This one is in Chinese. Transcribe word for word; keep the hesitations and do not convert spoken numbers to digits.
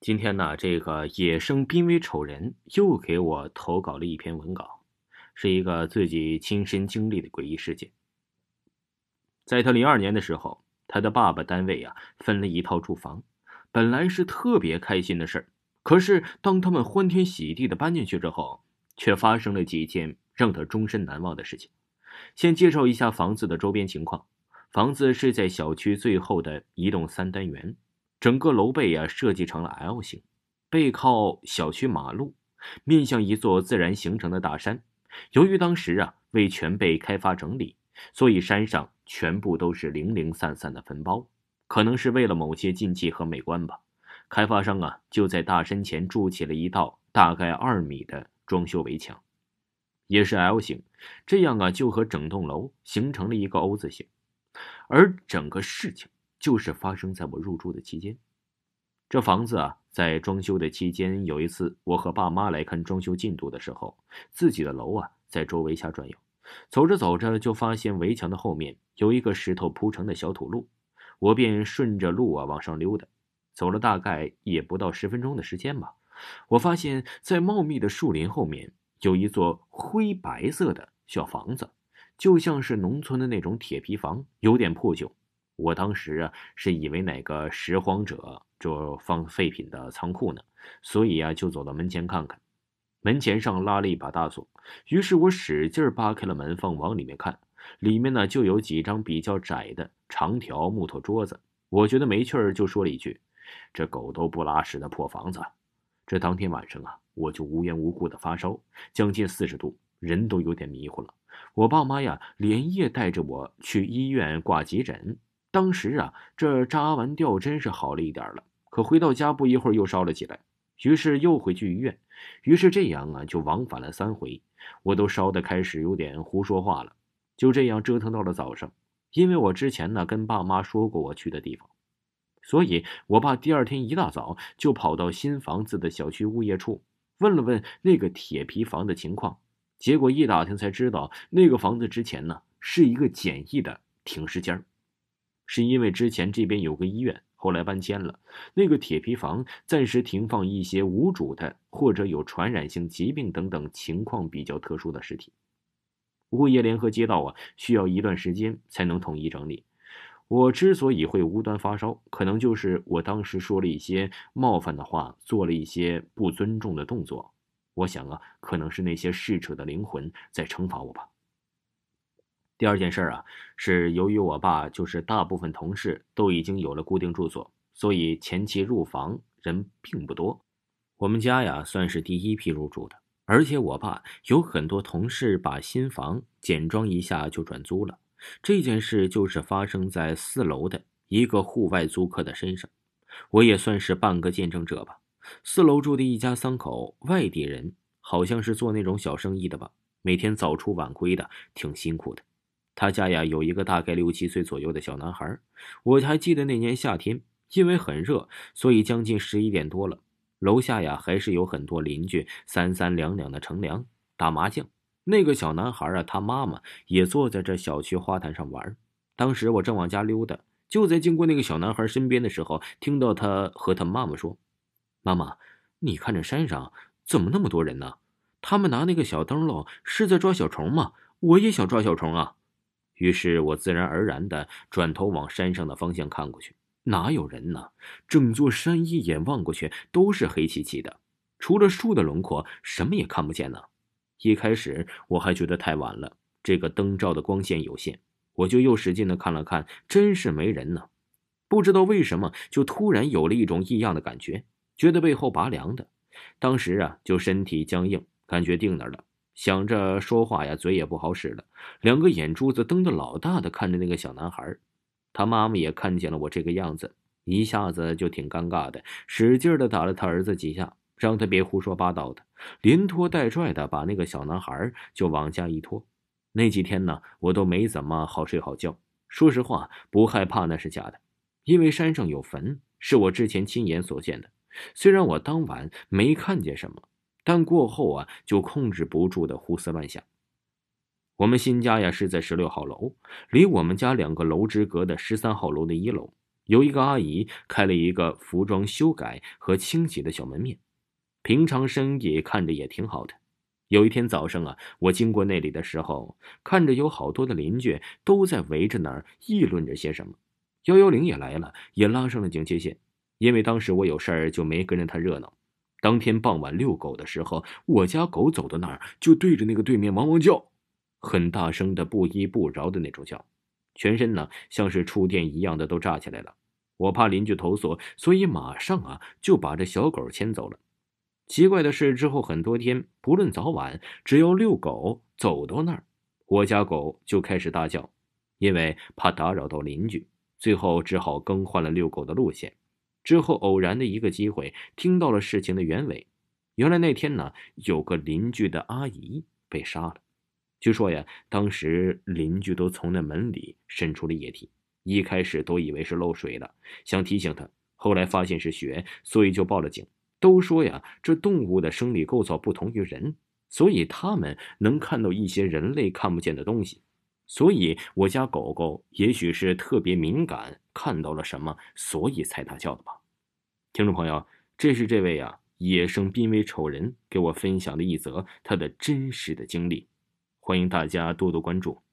今天呢，这个野生濒危丑人又给我投稿了一篇文稿，是一个自己亲身经历的诡异事件。在他零二年的时候，他的爸爸单位啊分了一套住房，本来是特别开心的事儿，可是当他们欢天喜地的搬进去之后，却发生了几件让他终身难忘的事情。先介绍一下房子的周边情况，房子是在小区最后的一栋三单元。整个楼背啊设计成了 L 型，背靠小区马路，面向一座自然形成的大山。由于当时啊未全被开发整理，所以山上全部都是零零散散的坟包，可能是为了某些禁忌和美观吧。开发商啊就在大山前筑起了一道大概二米的装修围墙，也是 L 型，这样啊就和整栋楼形成了一个 O 字形。而整个事情就是发生在我入住的期间。这房子啊，在装修的期间，有一次我和爸妈来看装修进度的时候，自己的楼啊在周围瞎转悠，走着走着就发现围墙的后面有一个石头铺成的小土路，我便顺着路啊往上溜达，走了大概也不到十分钟的时间吧，我发现在茂密的树林后面有一座灰白色的小房子，就像是农村的那种铁皮房，有点破旧。我当时啊是以为哪个拾荒者就放废品的仓库呢，所以啊就走到门前看看。门前上拉了一把大锁，于是我使劲扒开了门缝往里面看，里面呢就有几张比较窄的长条木头桌子。我觉得没趣儿，就说了一句：这狗都不拉屎的破房子。这当天晚上啊，我就无缘无故的发烧，将近四十度，人都有点迷糊了。我爸妈呀连夜带着我去医院挂急诊。当时啊，这扎完吊针是好了一点了，可回到家不一会儿又烧了起来，于是又回去医院，于是这样啊就往返了三回，我都烧得开始有点胡说话了。就这样折腾到了早上，因为我之前呢跟爸妈说过我去的地方，所以我爸第二天一大早就跑到新房子的小区物业处，问了问那个铁皮房的情况，结果一打听才知道，那个房子之前呢是一个简易的停尸间，是因为之前这边有个医院，后来搬迁了，那个铁皮房暂时停放一些无主的或者有传染性疾病等等情况比较特殊的尸体。物业联合街道啊，需要一段时间才能统一整理。我之所以会无端发烧，可能就是我当时说了一些冒犯的话，做了一些不尊重的动作。我想啊，可能是那些逝者的灵魂在惩罚我吧。第二件事啊，是由于我爸就是大部分同事都已经有了固定住所，所以前期入房人并不多。我们家呀算是第一批入住的，而且我爸有很多同事把新房简装一下就转租了。这件事就是发生在四楼的一个户外租客的身上，我也算是半个见证者吧。四楼住的一家三口外地人，好像是做那种小生意的吧，每天早出晚归的，挺辛苦的。他家呀有一个大概六七岁左右的小男孩，我还记得那年夏天，因为很热，所以将近十一点多了，楼下呀还是有很多邻居三三两两的乘凉打麻将。那个小男孩啊，他妈妈也坐在这小区花坛上玩。当时我正往家溜达，就在经过那个小男孩身边的时候，听到他和他妈妈说：妈妈，你看这山上怎么那么多人呢？他们拿那个小灯笼是在抓小虫吗？我也想抓小虫啊。于是我自然而然地转头往山上的方向看过去，哪有人呢？整座山一眼望过去都是黑漆漆的，除了树的轮廓，什么也看不见呢。一开始我还觉得太晚了，这个灯照的光线有限，我就又使劲地看了看，真是没人呢。不知道为什么，就突然有了一种异样的感觉，觉得背后拔凉的。当时啊，就身体僵硬，感觉定那儿了。想着说话呀，嘴也不好使了，两个眼珠子瞪得老大的看着那个小男孩。他妈妈也看见了我这个样子，一下子就挺尴尬的，使劲的打了他儿子几下，让他别胡说八道的，连拖带拽的把那个小男孩就往家一拖。那几天呢，我都没怎么好睡好觉。说实话，不害怕那是假的，因为山上有坟，是我之前亲眼所见的。虽然我当晚没看见什么，但过后啊，就控制不住的胡思乱想。我们新家呀是在十六号楼，离我们家两个楼之隔的十三号楼的一楼。 有一个阿姨开了一个服装修改和清洗的小门面，平常生意看着也挺好的。有一天早上啊，我经过那里的时候，看着有好多的邻居都在围着那儿议论着些什么。幺幺零也来了，也拉上了警戒线。因为当时我有事儿，就没跟着他热闹。当天傍晚遛狗的时候，我家狗走到那儿就对着那个对面汪汪叫，很大声的不依不饶的那种叫，全身呢像是触电一样的都炸起来了。我怕邻居投诉，所以马上啊就把这小狗牵走了。奇怪的是，之后很多天，不论早晚，只要遛狗走到那儿，我家狗就开始大叫。因为怕打扰到邻居，最后只好更换了遛狗的路线。之后偶然的一个机会，听到了事情的原委。原来那天呢，有个邻居的阿姨被杀了。据说呀，当时邻居都从那门里渗出了液体，一开始都以为是漏水了，想提醒他，后来发现是血，所以就报了警。都说呀，这动物的生理构造不同于人，所以它们能看到一些人类看不见的东西。所以我家狗狗也许是特别敏感，看到了什么，所以才大叫的吧。听众朋友，这是这位啊野生濒危丑人给我分享的一则他的真实的经历，欢迎大家多多关注。